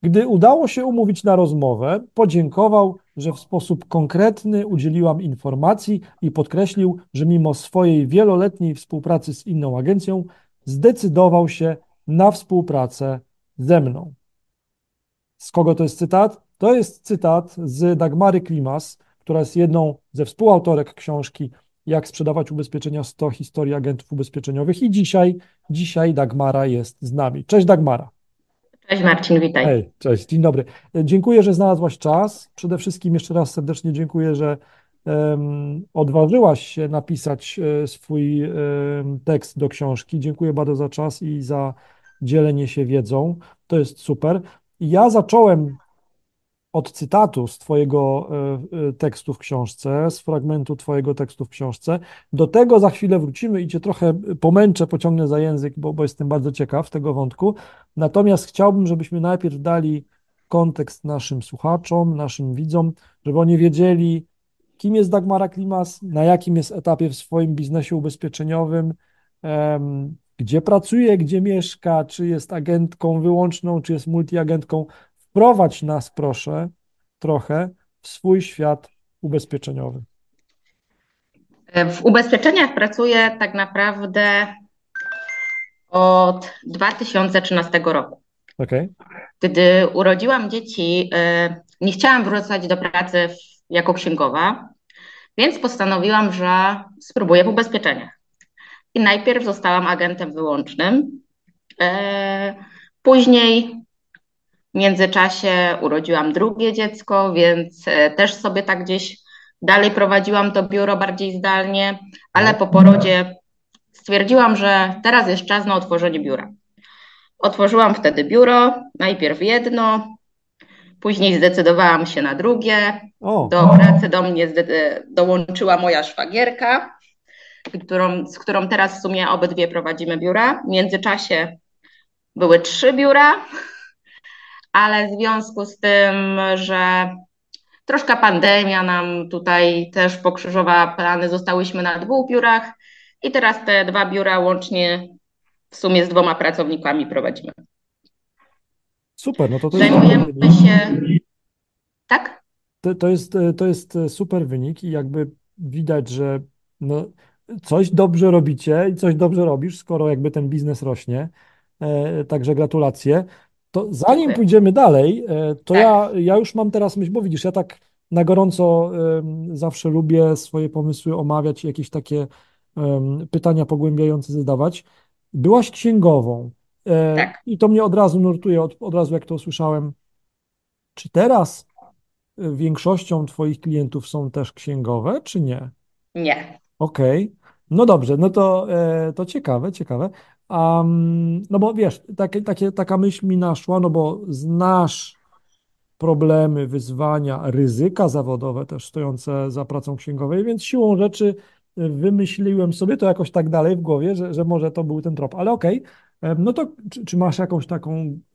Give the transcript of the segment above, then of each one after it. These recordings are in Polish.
Gdy udało się umówić na rozmowę, podziękował, że w sposób konkretny udzieliłam informacji i podkreślił, że mimo swojej wieloletniej współpracy z inną agencją, zdecydował się na współpracę ze mną. Z kogo to jest cytat? To jest cytat z Dagmary Klimas, która jest jedną ze współautorek książki Jak sprzedawać ubezpieczenia 100 historii agentów ubezpieczeniowych i dzisiaj Dagmara jest z nami. Cześć Dagmara. Cześć Marcin, witaj. Hej, cześć, dzień dobry. Dziękuję, że znalazłaś czas. Przede wszystkim jeszcze raz serdecznie dziękuję, że odważyłaś się napisać swój tekst do książki. Dziękuję bardzo za czas i za dzielenie się wiedzą. To jest super. Ja zacząłem od cytatu z Twojego tekstu w książce, z fragmentu Twojego tekstu w książce. Do tego za chwilę wrócimy i Cię trochę pomęczę, pociągnę za język, bo jestem bardzo ciekaw tego wątku. Natomiast chciałbym, żebyśmy najpierw dali kontekst naszym słuchaczom, naszym widzom, żeby oni wiedzieli, kim jest Dagmara Klimas, na jakim jest etapie w swoim biznesie ubezpieczeniowym, gdzie pracuje, gdzie mieszka, czy jest agentką wyłączną, czy jest multiagentką. Wprowadź nas, proszę, trochę w swój świat ubezpieczeniowy. W ubezpieczeniach pracuję tak naprawdę od 2013 roku. OK? Gdy urodziłam dzieci, nie chciałam wracać do pracy jako księgowa, więc postanowiłam, że spróbuję w ubezpieczeniach. I najpierw zostałam agentem wyłącznym. Później w międzyczasie urodziłam drugie dziecko, więc też sobie tak gdzieś dalej prowadziłam to biuro bardziej zdalnie, ale Tak. po porodzie stwierdziłam, że teraz jest czas na otworzenie biura. Otworzyłam wtedy biuro, najpierw jedno, później zdecydowałam się na drugie. O, Do pracy do mnie dołączyła moja szwagierka, z którą teraz w sumie obydwie prowadzimy biura. W międzyczasie były 3 biura, ale w związku z tym, że troszkę pandemia nam tutaj też pokrzyżowała plany, zostałyśmy na 2 biurach i teraz te 2 biura łącznie w sumie z 2 pracownikami prowadzimy. super, no to jest super Zajmujemy wynik. się, tak? To jest super wynik i jakby widać, że no, coś dobrze robicie i coś dobrze robisz, skoro jakby ten biznes rośnie. Także gratulacje. To zanim Dziękuję. pójdziemy dalej, to Tak. ja już mam teraz myśl, bo widzisz, ja tak na gorąco zawsze lubię swoje pomysły omawiać i jakieś takie pytania pogłębiające zadawać. Byłaś księgową Tak. i to mnie od razu nurtuje, od razu jak to usłyszałem. Czy teraz większością Twoich klientów są też księgowe, czy nie? Nie. Okej. No dobrze, no to ciekawe, ciekawe. No bo wiesz, taka myśl mi naszła, no bo znasz problemy, wyzwania, ryzyka zawodowe też stojące za pracą księgowej, więc siłą rzeczy wymyśliłem sobie to jakoś tak dalej w głowie, że może to był ten trop, ale okej. No to czy masz jakąś taką,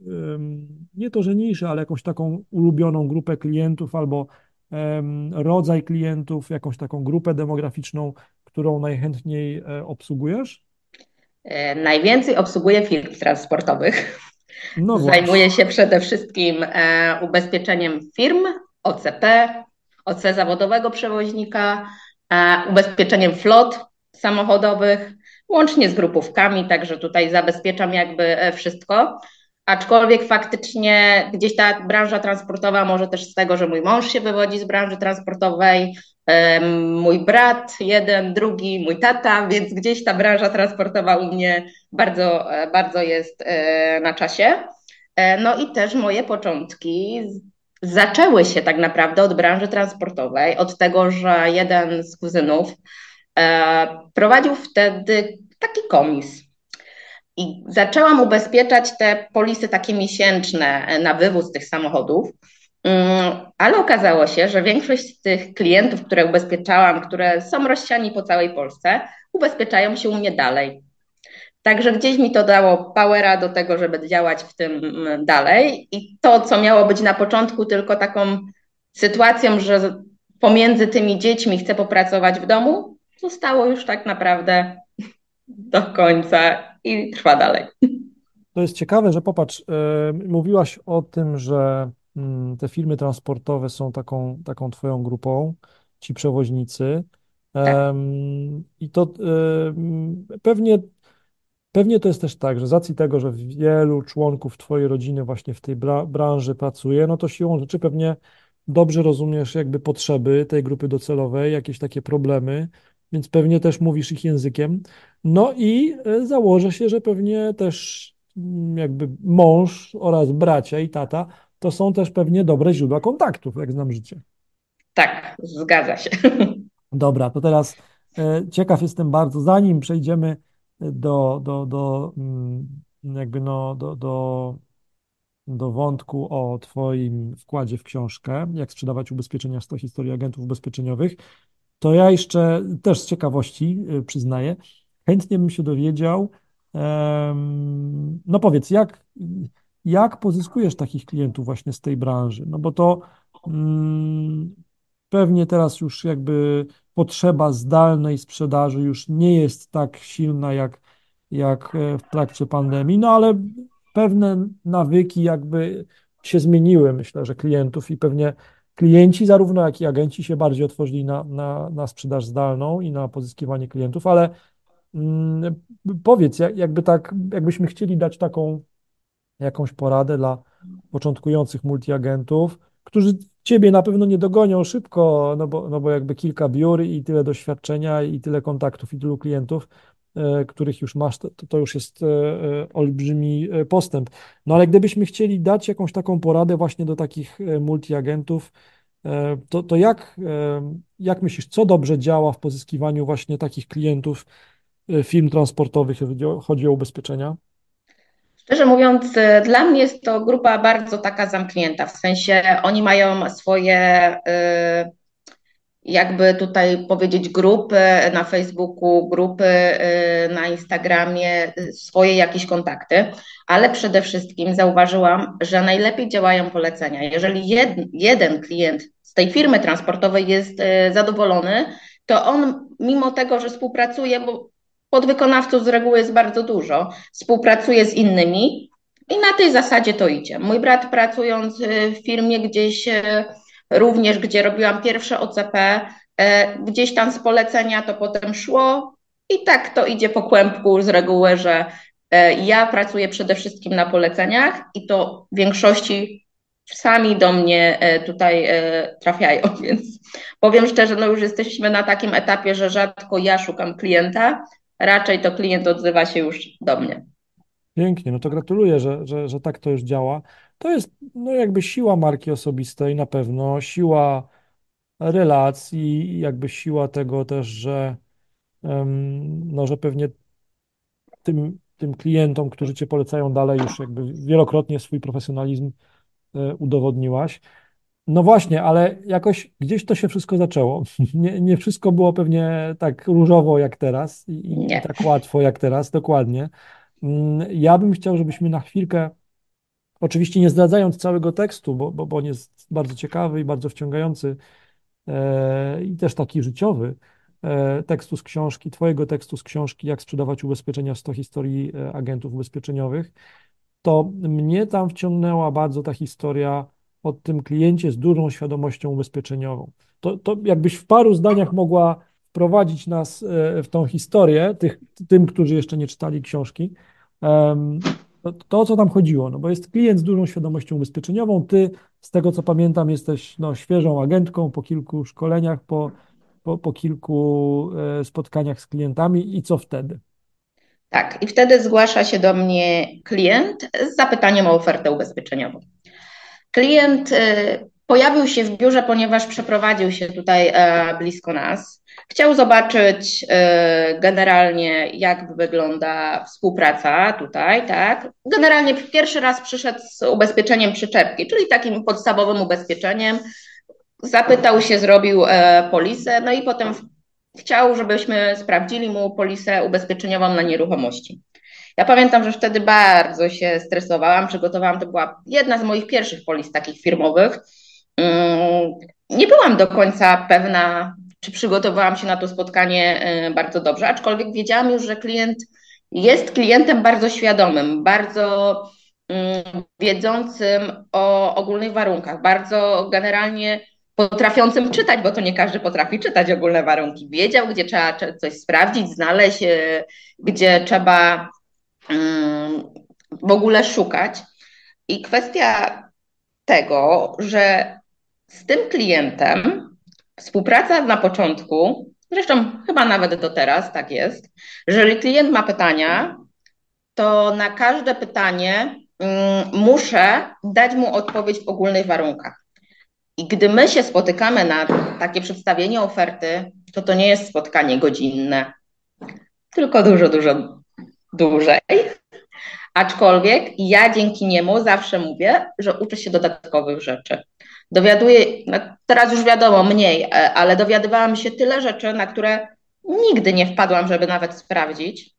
nie to, że niszę, ale jakąś taką ulubioną grupę klientów albo rodzaj klientów, jakąś taką grupę demograficzną, którą najchętniej obsługujesz? Najwięcej obsługuję firm transportowych. No Zajmuję właśnie. się przede wszystkim ubezpieczeniem firm, OCP, OC zawodowego przewoźnika, ubezpieczeniem flot samochodowych, łącznie z grupówkami, także tutaj zabezpieczam jakby wszystko. Aczkolwiek faktycznie gdzieś ta branża transportowa, może też z tego, że mój mąż się wywodzi z branży transportowej, mój brat, jeden, drugi, mój tata, więc gdzieś ta branża transportowa u mnie bardzo jest na czasie. No i też moje początki zaczęły się tak naprawdę od branży transportowej, od tego, że jeden z kuzynów prowadził wtedy taki komis. I zaczęłam ubezpieczać te polisy takie miesięczne na wywóz tych samochodów, ale okazało się, że większość z tych klientów, które ubezpieczałam, które są rozsiani po całej Polsce, ubezpieczają się u mnie dalej. Także gdzieś mi to dało powera do tego, żeby działać w tym dalej. I to, co miało być na początku tylko taką sytuacją, że pomiędzy tymi dziećmi chcę popracować w domu, zostało już tak naprawdę do końca i trwa dalej. To jest ciekawe, że popatrz, mówiłaś o tym, że te firmy transportowe są taką twoją grupą, ci przewoźnicy. Tak. I to pewnie to jest też tak, że z racji tego, że wielu członków twojej rodziny właśnie w tej branży pracuje, no to siłą rzeczy pewnie dobrze rozumiesz jakby potrzeby tej grupy docelowej, jakieś takie problemy, więc pewnie też mówisz ich językiem. No i założę się, że pewnie też jakby mąż oraz bracia i tata to są też pewnie dobre źródła kontaktów, jak znam życie. Tak, zgadza się. Dobra, to teraz ciekaw jestem bardzo, zanim przejdziemy jakby no, do wątku o Twoim wkładzie w książkę, jak sprzedawać ubezpieczenia 100 historii agentów ubezpieczeniowych, to ja jeszcze też z ciekawości, przyznaję, chętnie bym się dowiedział, no powiedz, jak pozyskujesz takich klientów właśnie z tej branży? No bo to mm, pewnie teraz już jakby potrzeba zdalnej sprzedaży już nie jest tak silna jak w trakcie pandemii, no ale pewne nawyki jakby się zmieniły, myślę, że klientów i pewnie klienci, zarówno jak i agenci się bardziej otworzyli na sprzedaż zdalną i na pozyskiwanie klientów, ale mm, powiedz, jakby tak, jakbyśmy chcieli dać taką jakąś poradę dla początkujących multiagentów, którzy ciebie na pewno nie dogonią szybko, no bo jakby kilka biur i tyle doświadczenia i tyle kontaktów i tylu klientów, których już masz, to już jest olbrzymi postęp. No ale gdybyśmy chcieli dać jakąś taką poradę właśnie do takich multiagentów, to jak myślisz, co dobrze działa w pozyskiwaniu właśnie takich klientów firm transportowych, jeżeli chodzi o ubezpieczenia? Szczerze mówiąc, dla mnie jest to grupa bardzo taka zamknięta, w sensie oni mają swoje, jakby tutaj powiedzieć, grupy na Facebooku, grupy na Instagramie, swoje jakieś kontakty, ale przede wszystkim zauważyłam, że najlepiej działają polecenia. Jeżeli jeden klient z tej firmy transportowej jest zadowolony, to on mimo tego, że współpracuje, bo podwykonawców z reguły jest bardzo dużo, współpracuje z innymi i na tej zasadzie to idzie. Mój brat pracując w firmie gdzieś również, gdzie robiłam pierwsze OCP, gdzieś tam z polecenia to potem szło i tak to idzie po kłębku z reguły, że ja pracuję przede wszystkim na poleceniach i to w większości sami do mnie tutaj trafiają, więc powiem szczerze, no już jesteśmy na takim etapie, że rzadko ja szukam klienta, raczej to klient odzywa się już do mnie. Pięknie, no to gratuluję, że tak to już działa. To jest no jakby siła marki osobistej na pewno, siła relacji i jakby siła tego też, no, że pewnie tym klientom, którzy cię polecają dalej, już jakby wielokrotnie swój profesjonalizm udowodniłaś. No właśnie, ale jakoś gdzieś to się wszystko zaczęło. Nie wszystko było pewnie tak różowo jak teraz i Nie. tak łatwo jak teraz, dokładnie. Ja bym chciał, żebyśmy na chwilkę, oczywiście nie zdradzając całego tekstu, bo on jest bardzo ciekawy i bardzo wciągający i też taki życiowy, tekstu z książki, twojego tekstu z książki Jak sprzedawać ubezpieczenia 100 historii agentów ubezpieczeniowych, to mnie tam wciągnęła bardzo ta historia o tym kliencie z dużą świadomością ubezpieczeniową. To jakbyś w paru zdaniach mogła wprowadzić nas w tą historię, tym, którzy jeszcze nie czytali książki, to o co tam chodziło? No bo jest klient z dużą świadomością ubezpieczeniową, ty z tego co pamiętam jesteś no, świeżą agentką po kilku szkoleniach, po kilku spotkaniach z klientami i co wtedy? Tak, i wtedy zgłasza się do mnie klient z zapytaniem o ofertę ubezpieczeniową. Klient pojawił się w biurze, ponieważ przeprowadził się tutaj blisko nas. Chciał zobaczyć generalnie, jak wygląda współpraca tutaj, tak? Generalnie pierwszy raz przyszedł z ubezpieczeniem przyczepki, czyli takim podstawowym ubezpieczeniem. Zapytał się, zrobił polisę, no i potem chciał, żebyśmy sprawdzili mu polisę ubezpieczeniową na nieruchomości. Ja pamiętam, że wtedy bardzo się stresowałam, przygotowałam, to była jedna z moich pierwszych polis takich firmowych. Nie byłam do końca pewna, czy przygotowałam się na to spotkanie bardzo dobrze, aczkolwiek wiedziałam już, że klient Jest klientem bardzo świadomym, bardzo wiedzącym o ogólnych warunkach, bardzo generalnie potrafiącym czytać, bo to nie każdy potrafi czytać ogólne warunki. Wiedział, gdzie trzeba coś sprawdzić, znaleźć, gdzie trzeba w ogóle szukać. I kwestia tego, że z tym klientem współpraca na początku, zresztą chyba nawet do teraz tak jest, jeżeli klient ma pytania, to na każde pytanie muszę dać mu odpowiedź w ogólnych warunkach. I gdy my się spotykamy na takie przedstawienie oferty, to to nie jest spotkanie godzinne, tylko dużo, dużo dłużej. Aczkolwiek ja dzięki niemu zawsze mówię, że uczę się dodatkowych rzeczy. Dowiaduję, no teraz już wiadomo mniej, ale dowiadywałam się tyle rzeczy, na które nigdy nie wpadłam, żeby nawet sprawdzić.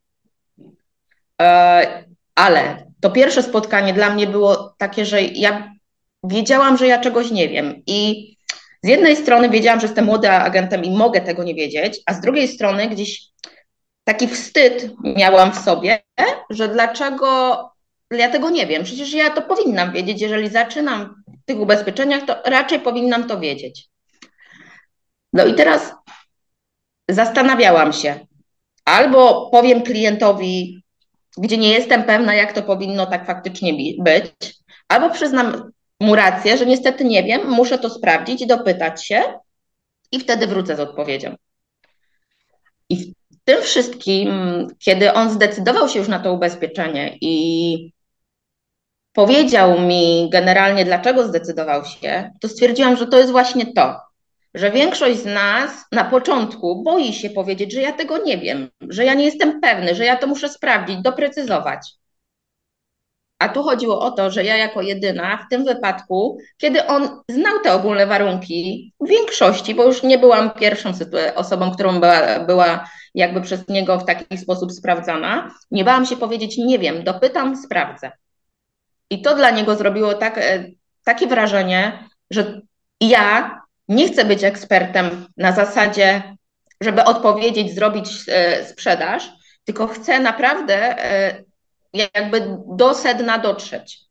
Ale to pierwsze spotkanie dla mnie było takie, że ja wiedziałam, że ja czegoś nie wiem. I z jednej strony wiedziałam, że jestem młodym agentem i mogę tego nie wiedzieć, a z drugiej strony gdzieś taki wstyd miałam w sobie, że dlaczego ja tego nie wiem. Przecież ja to powinnam wiedzieć. Jeżeli zaczynam w tych ubezpieczeniach, to raczej powinnam to wiedzieć. No i teraz zastanawiałam się, albo powiem klientowi, gdzie nie jestem pewna, jak to powinno tak faktycznie być, albo przyznam mu rację, że niestety nie wiem, muszę to sprawdzić, dopytać się i wtedy wrócę z odpowiedzią. I w tym wszystkim, kiedy on zdecydował się już na to ubezpieczenie i powiedział mi generalnie, dlaczego zdecydował się, to stwierdziłam, że to jest właśnie to, że większość z nas na początku boi się powiedzieć, że ja tego nie wiem, że ja nie jestem pewny, że ja to muszę sprawdzić, doprecyzować. A tu chodziło o to, że ja jako jedyna w tym wypadku, kiedy on znał te ogólne warunki w większości, bo już nie byłam pierwszą osobą, którą była jakby przez niego w taki sposób sprawdzana, nie bałam się powiedzieć, nie wiem, dopytam, sprawdzę. I to dla niego zrobiło takie wrażenie, że ja nie chcę być ekspertem na zasadzie, żeby odpowiedzieć, zrobić sprzedaż, tylko chcę naprawdę jakby do sedna dotrzeć.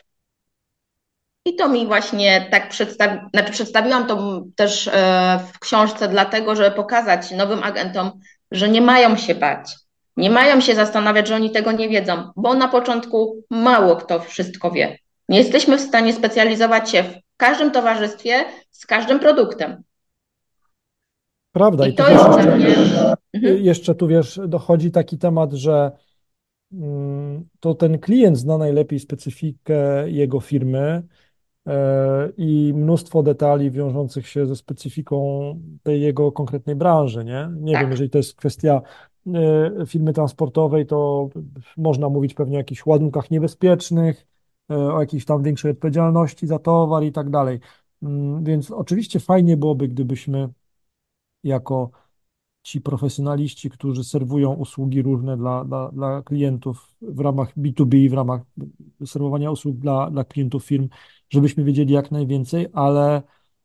I to mi właśnie tak przedstawiłam to też w książce, dlatego, żeby pokazać nowym agentom, że nie mają się bać. Nie mają się zastanawiać, że oni tego nie wiedzą, bo na początku mało kto wszystko wie. Nie jesteśmy w stanie specjalizować się w każdym towarzystwie z każdym produktem. Prawda, i I tu to wiesz, jest dla mnie. Mhm. jeszcze tu wiesz, dochodzi taki temat, że to ten klient zna najlepiej specyfikę jego firmy i mnóstwo detali wiążących się ze specyfiką tej jego konkretnej branży, nie? Nie wiem, Tak, jeżeli to jest kwestia firmy transportowej, to można mówić pewnie o jakichś ładunkach niebezpiecznych, o jakiejś tam większej odpowiedzialności za towar i tak dalej. Więc oczywiście fajnie byłoby, gdybyśmy jako ci profesjonaliści, którzy serwują usługi różne dla klientów w ramach B2B, w ramach serwowania usług dla klientów firm, żebyśmy wiedzieli jak najwięcej, ale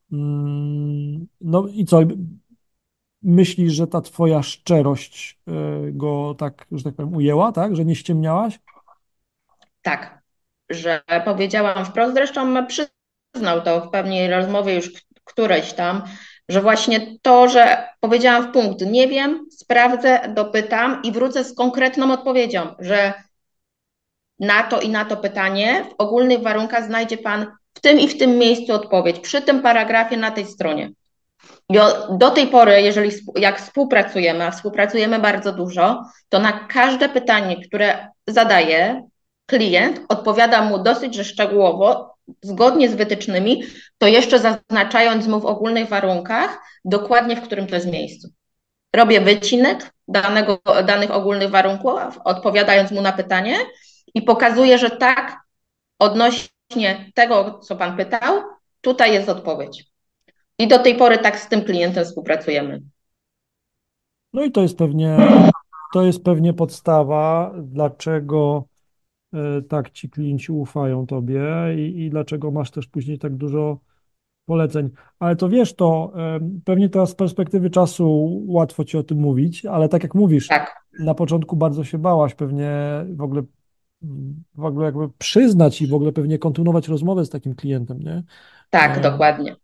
no i co? Myślisz, że ta twoja szczerość go tak, że tak powiem, ujęła, tak? Że nie ściemniałaś? tak, że powiedziałam wprost, zresztą przyznał to w pewnej rozmowie już którejś tam, że właśnie to, że powiedziałam w punkt, nie wiem, sprawdzę, dopytam i wrócę z konkretną odpowiedzią, że na to i na to pytanie w ogólnych warunkach znajdzie Pan w tym i w tym miejscu odpowiedź, przy tym paragrafie na tej stronie. I do tej pory, jak współpracujemy, a współpracujemy bardzo dużo, to na każde pytanie, które zadaje klient, odpowiada mu dosyć, że szczegółowo, zgodnie z wytycznymi, to jeszcze zaznaczając mu w ogólnych warunkach, dokładnie w którym to jest miejscu. Robię wycinek danych ogólnych warunków, odpowiadając mu na pytanie i pokazuję, że tak, odnośnie tego, co Pan pytał, tutaj jest odpowiedź. I do tej pory tak z tym klientem współpracujemy. No i to jest pewnie podstawa, dlaczego tak ci klienci ufają tobie i dlaczego masz też później tak dużo poleceń. Ale to wiesz, to pewnie teraz z perspektywy czasu łatwo ci o tym mówić, ale tak jak mówisz, Tak. na początku bardzo się bałaś pewnie w ogóle, w ogóle jakby przyznać i w ogóle pewnie kontynuować rozmowę z takim klientem, nie? Tak, E, dokładnie.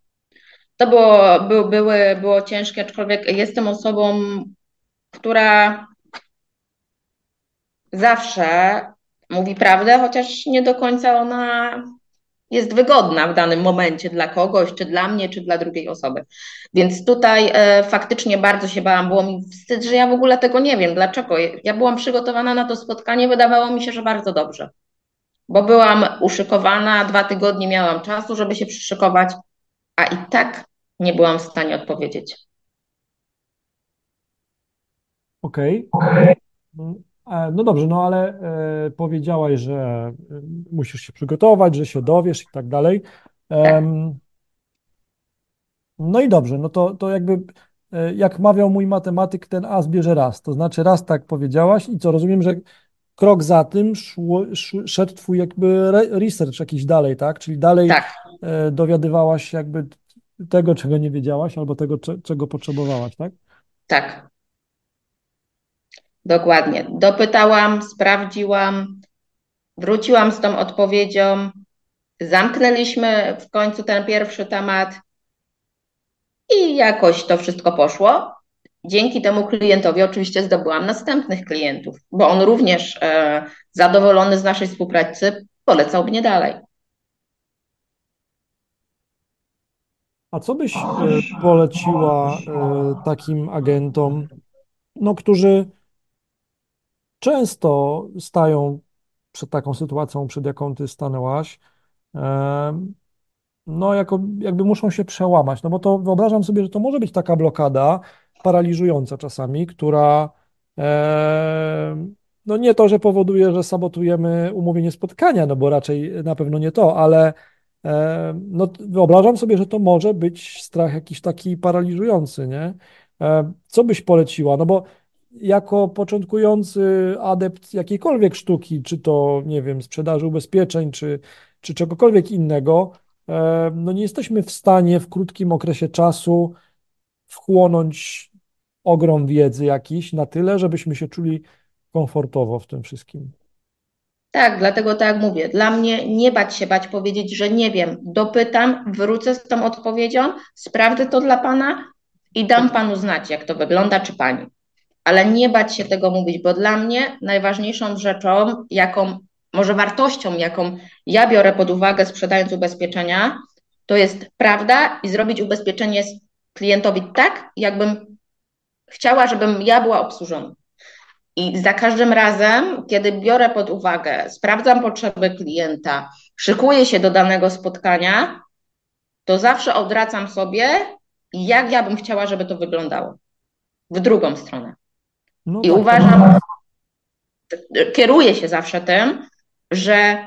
Było ciężkie, aczkolwiek jestem osobą, która zawsze mówi prawdę, chociaż nie do końca ona jest wygodna w danym momencie dla kogoś, czy dla mnie, czy dla drugiej osoby. Więc tutaj faktycznie bardzo się bałam, było mi wstyd, że ja w ogóle tego nie wiem. Dlaczego? Ja byłam przygotowana na to spotkanie, wydawało mi się, że bardzo dobrze, bo byłam uszykowana, 2 tygodnie miałam czasu, żeby się przyszykować, a i tak nie byłam w stanie odpowiedzieć. okej. No dobrze, no ale powiedziałaś, że musisz się przygotować, że się dowiesz i tak dalej. Tak, No i dobrze, no to jakby jak mawiał mój matematyk, ten as bierze raz. To znaczy raz tak powiedziałaś i co, rozumiem, że krok za tym szedł twój jakby research jakiś dalej, tak? Czyli dalej tak, dowiadywałaś jakby tego, czego nie wiedziałaś, albo tego, czego potrzebowałaś, tak? tak, dokładnie. Dopytałam, sprawdziłam, wróciłam z tą odpowiedzią, zamknęliśmy w końcu ten pierwszy temat i jakoś to wszystko poszło. Dzięki temu klientowi oczywiście zdobyłam następnych klientów, bo on również zadowolony z naszej współpracy polecał mnie dalej. A co byś poleciła takim agentom, no, którzy często stają przed taką sytuacją, przed jaką ty stanęłaś, no jakby muszą się przełamać, no bo to wyobrażam sobie, że to może być taka blokada paraliżująca czasami, która no nie to, że powoduje, że sabotujemy umówienie spotkania, no bo raczej na pewno nie to, ale no wyobrażam sobie, że to może być strach jakiś taki paraliżujący, nie? Co byś poleciła? No bo jako początkujący adept jakiejkolwiek sztuki, czy to, nie wiem, sprzedaży ubezpieczeń, czy czegokolwiek innego, no nie jesteśmy w stanie w krótkim okresie czasu wchłonąć ogrom wiedzy jakiś na tyle, żebyśmy się czuli komfortowo w tym wszystkim. Tak, dlatego tak jak mówię, dla mnie nie bać powiedzieć, że nie wiem, dopytam, wrócę z tą odpowiedzią, sprawdzę to dla pana i dam panu znać, jak to wygląda, czy pani. Ale nie bać się tego mówić, bo dla mnie najważniejszą rzeczą, może wartością, jaką ja biorę pod uwagę sprzedając ubezpieczenia, to jest prawda i zrobić ubezpieczenie klientowi tak, jakbym chciała, żebym ja była obsłużona. I za każdym razem, kiedy biorę pod uwagę, sprawdzam potrzeby klienta, szykuję się do danego spotkania, to zawsze odracam sobie, jak ja bym chciała, żeby to wyglądało. W drugą stronę. No I tak, to uważam, kieruję się zawsze tym, że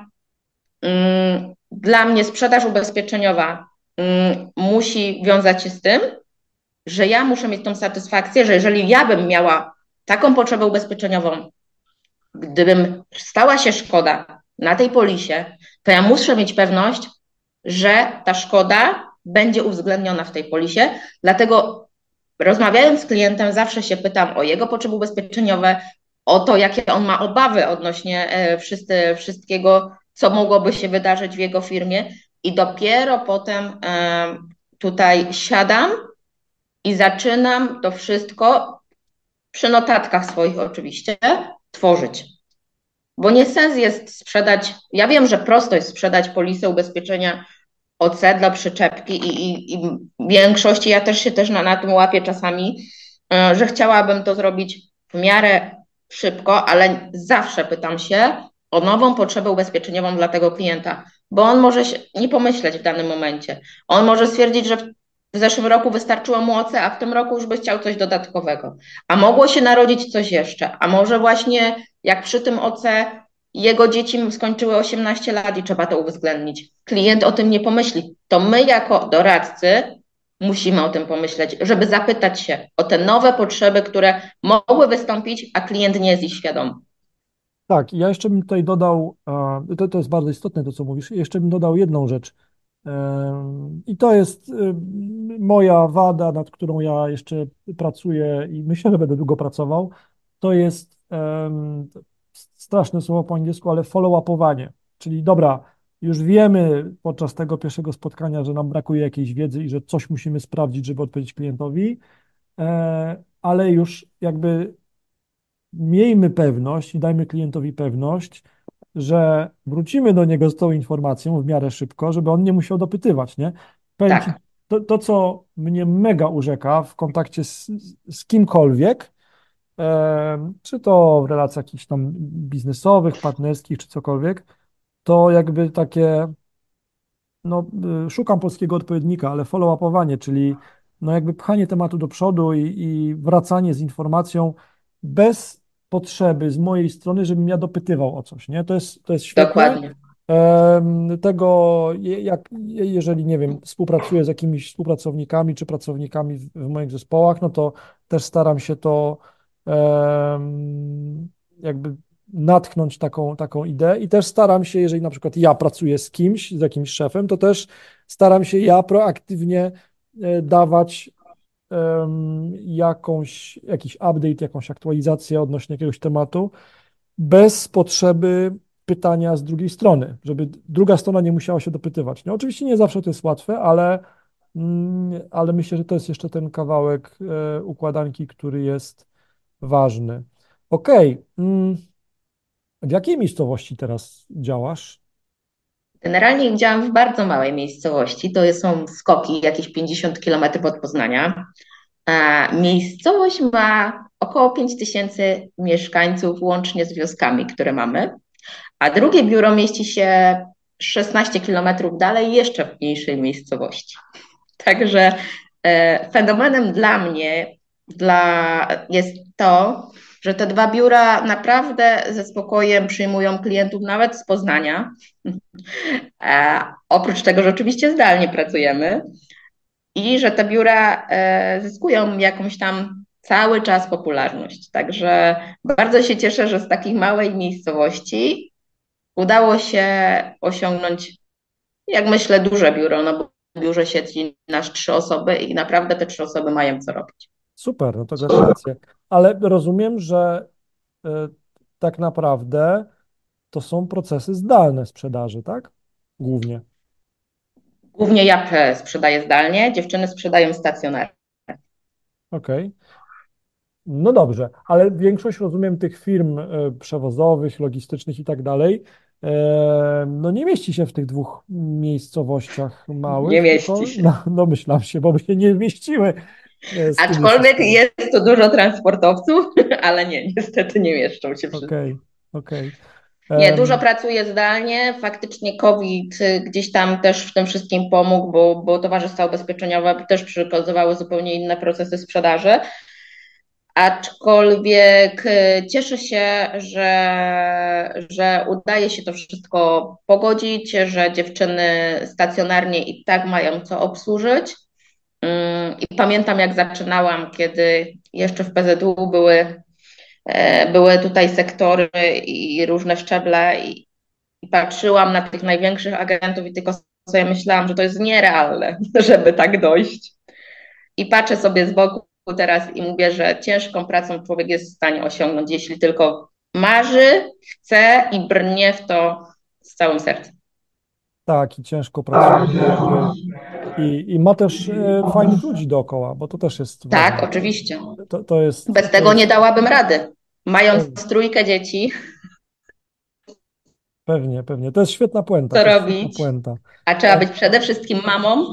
dla mnie sprzedaż ubezpieczeniowa musi wiązać się z tym, że ja muszę mieć tą satysfakcję, że jeżeli ja bym miała taką potrzebę ubezpieczeniową, gdybym stała się szkoda na tej polisie, to ja muszę mieć pewność, że ta szkoda będzie uwzględniona w tej polisie. Dlatego rozmawiając z klientem, zawsze się pytam o jego potrzeby ubezpieczeniowe, o to, jakie on ma obawy odnośnie wszystkiego, co mogłoby się wydarzyć w jego firmie, i dopiero potem tutaj siadam i zaczynam to wszystko przy notatkach swoich oczywiście tworzyć. Bo nie sens jest sprzedać, ja wiem, że prosto jest sprzedać polisę ubezpieczenia OC dla przyczepki i w większości, ja też się też na tym łapię czasami, że chciałabym to zrobić w miarę szybko, ale zawsze pytam się o nową potrzebę ubezpieczeniową dla tego klienta, bo on może się nie pomyśleć w danym momencie. On może stwierdzić, że w zeszłym roku wystarczyło mu OC, a w tym roku już by chciał coś dodatkowego. A mogło się narodzić coś jeszcze, a może właśnie jak przy tym OC jego dzieci skończyły 18 lat i trzeba to uwzględnić. Klient o tym nie pomyśli. To my jako doradcy musimy o tym pomyśleć, żeby zapytać się o te nowe potrzeby, które mogły wystąpić, a klient nie jest ich świadomy. tak. Ja jeszcze bym tutaj dodał, to jest bardzo istotne to, co mówisz, jeszcze bym dodał jedną rzecz. I to jest moja wada, nad którą ja jeszcze pracuję i myślę, że będę długo pracował. to jest straszne słowo po angielsku, ale follow-upowanie. Czyli dobra, już wiemy podczas tego pierwszego spotkania, że nam brakuje jakiejś wiedzy i że coś musimy sprawdzić, żeby odpowiedzieć klientowi, ale już jakby miejmy pewność i dajmy klientowi pewność, że wrócimy do niego z tą informacją w miarę szybko, żeby on nie musiał dopytywać, nie? Powiem ci, Tak, co mnie mega urzeka w kontakcie z kimkolwiek, czy to w relacjach jakichś tam biznesowych, partnerskich, czy cokolwiek, to jakby takie, no, szukam polskiego odpowiednika, ale follow-upowanie, czyli no jakby pchanie tematu do przodu i wracanie z informacją bez potrzeby z mojej strony, żebym ja dopytywał o coś, nie? To jest świetne. dokładnie. Jeżeli, nie wiem, współpracuję z jakimiś współpracownikami czy pracownikami w moich zespołach, no to też staram się to jakby natchnąć taką ideę i też staram się, jeżeli na przykład ja pracuję z kimś, z jakimś szefem, to też staram się ja proaktywnie dawać jakiś update, jakąś aktualizację odnośnie jakiegoś tematu, bez potrzeby pytania z drugiej strony, żeby druga strona nie musiała się dopytywać. No, oczywiście nie zawsze to jest łatwe, ale myślę, że to jest jeszcze ten kawałek układanki, który jest ważny. Okej. W jakiej miejscowości teraz działasz? Generalnie działam w bardzo małej miejscowości. Są Skoki, jakieś 50 kilometrów od Poznania. Miejscowość ma około 5 000 mieszkańców, łącznie z wioskami, które mamy. A drugie biuro mieści się 16 kilometrów dalej, jeszcze w mniejszej miejscowości. Także fenomenem dla mnie jest to, że te dwa biura naprawdę ze spokojem przyjmują klientów nawet z Poznania. Oprócz tego, że oczywiście zdalnie pracujemy i że te biura zyskują jakąś tam cały czas popularność. Także bardzo się cieszę, że z takiej małej miejscowości udało się osiągnąć, jak myślę, duże biuro, no bo w biurze siedzi nasz 3 osoby i naprawdę te 3 osoby mają co robić. Super, no to gratulacje. Ale rozumiem, że tak naprawdę to są procesy zdalne sprzedaży, tak? Głównie. Głównie ja sprzedaję zdalnie, dziewczyny sprzedają stacjonarnie. Okej. No dobrze, ale większość, rozumiem, tych firm przewozowych, logistycznych i tak dalej, no nie mieści się w tych dwóch miejscowościach Nie małych, mieści tylko się. no, domyślam się, bo by się nie mieściły z tymi Aczkolwiek systemami. jest tu dużo transportowców, ale nie, niestety nie mieszczą się wszyscy. Okej, okej. Nie, dużo pracuję zdalnie. Faktycznie COVID gdzieś tam też w tym wszystkim pomógł, bo towarzystwa ubezpieczeniowe też przekazywały zupełnie inne procesy sprzedaży. Aczkolwiek cieszę się, że udaje się to wszystko pogodzić, że dziewczyny stacjonarnie i tak mają co obsłużyć. I pamiętam, jak zaczynałam, kiedy jeszcze w PZU były tutaj sektory i różne szczeble i patrzyłam na tych największych agentów i tylko sobie myślałam, że to jest nierealne, żeby tak dojść. I patrzę sobie z boku teraz i mówię, że ciężką pracą człowiek jest w stanie osiągnąć, jeśli tylko marzy, chce i brnie w to z całym sercem. Tak, i ciężko pracuje, jakby, i ma też fajnych ludzi dookoła, bo to też jest Tak, ważne. oczywiście. To jest, Bez to tego nie jest dałabym rady. Mając pe- trójkę dzieci, pewnie, pewnie. To jest świetna puenta, co to jest świetna robić? puenta. A trzeba być przede wszystkim mamą.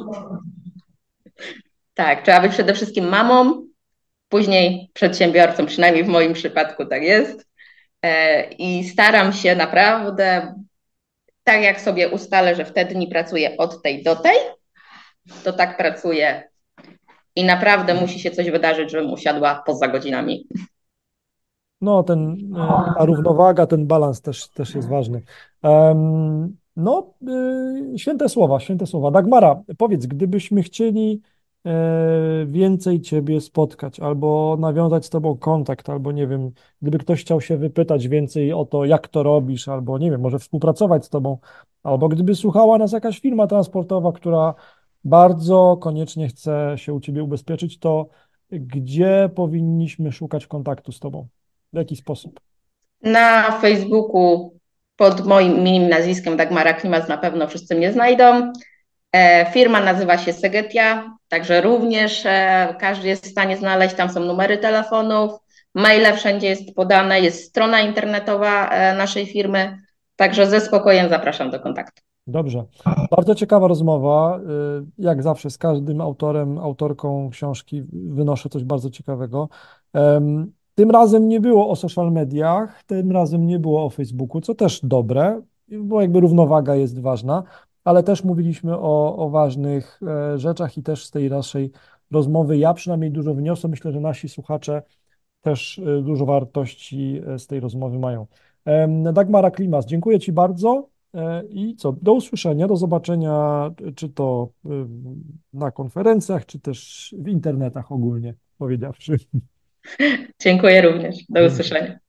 Tak, trzeba być przede wszystkim mamą, później przedsiębiorcą, przynajmniej w moim przypadku tak jest. I staram się naprawdę, tak jak sobie ustalę, że w te dni pracuję od tej do tej, to tak pracuję i naprawdę musi się coś wydarzyć, żebym usiadła poza godzinami. No, ta równowaga, ten balans też jest ważny. No, święte słowa, święte słowa. Dagmara, powiedz, gdybyśmy chcieli więcej Ciebie spotkać, albo nawiązać z Tobą kontakt, albo nie wiem, gdyby ktoś chciał się wypytać więcej o to, jak to robisz, albo nie wiem, może współpracować z Tobą, albo gdyby słuchała nas jakaś firma transportowa, która bardzo koniecznie chce się u Ciebie ubezpieczyć, to gdzie powinniśmy szukać kontaktu z Tobą? W jaki sposób? Na Facebooku pod moim imieniem, nazwiskiem Dagmara Klimas na pewno wszyscy mnie znajdą. Firma nazywa się Segetia, także również każdy jest w stanie znaleźć, tam są numery telefonów, maile wszędzie jest podane, jest strona internetowa naszej firmy, także ze spokojem zapraszam do kontaktu. Dobrze. Bardzo ciekawa rozmowa. Jak zawsze z każdym autorem, autorką książki wynoszę coś bardzo ciekawego. Tym razem nie było o social mediach, tym razem nie było o Facebooku, co też dobre, bo jakby równowaga jest ważna, ale też mówiliśmy o ważnych rzeczach i też z tej naszej rozmowy ja przynajmniej dużo wniosłem. Myślę, że nasi słuchacze też dużo wartości z tej rozmowy mają. Dagmara Klimas, dziękuję Ci bardzo i co, do usłyszenia, do zobaczenia, czy to na konferencjach, czy też w internetach ogólnie powiedziawszy. Dziękuję również. Do Dzięki. usłyszenia.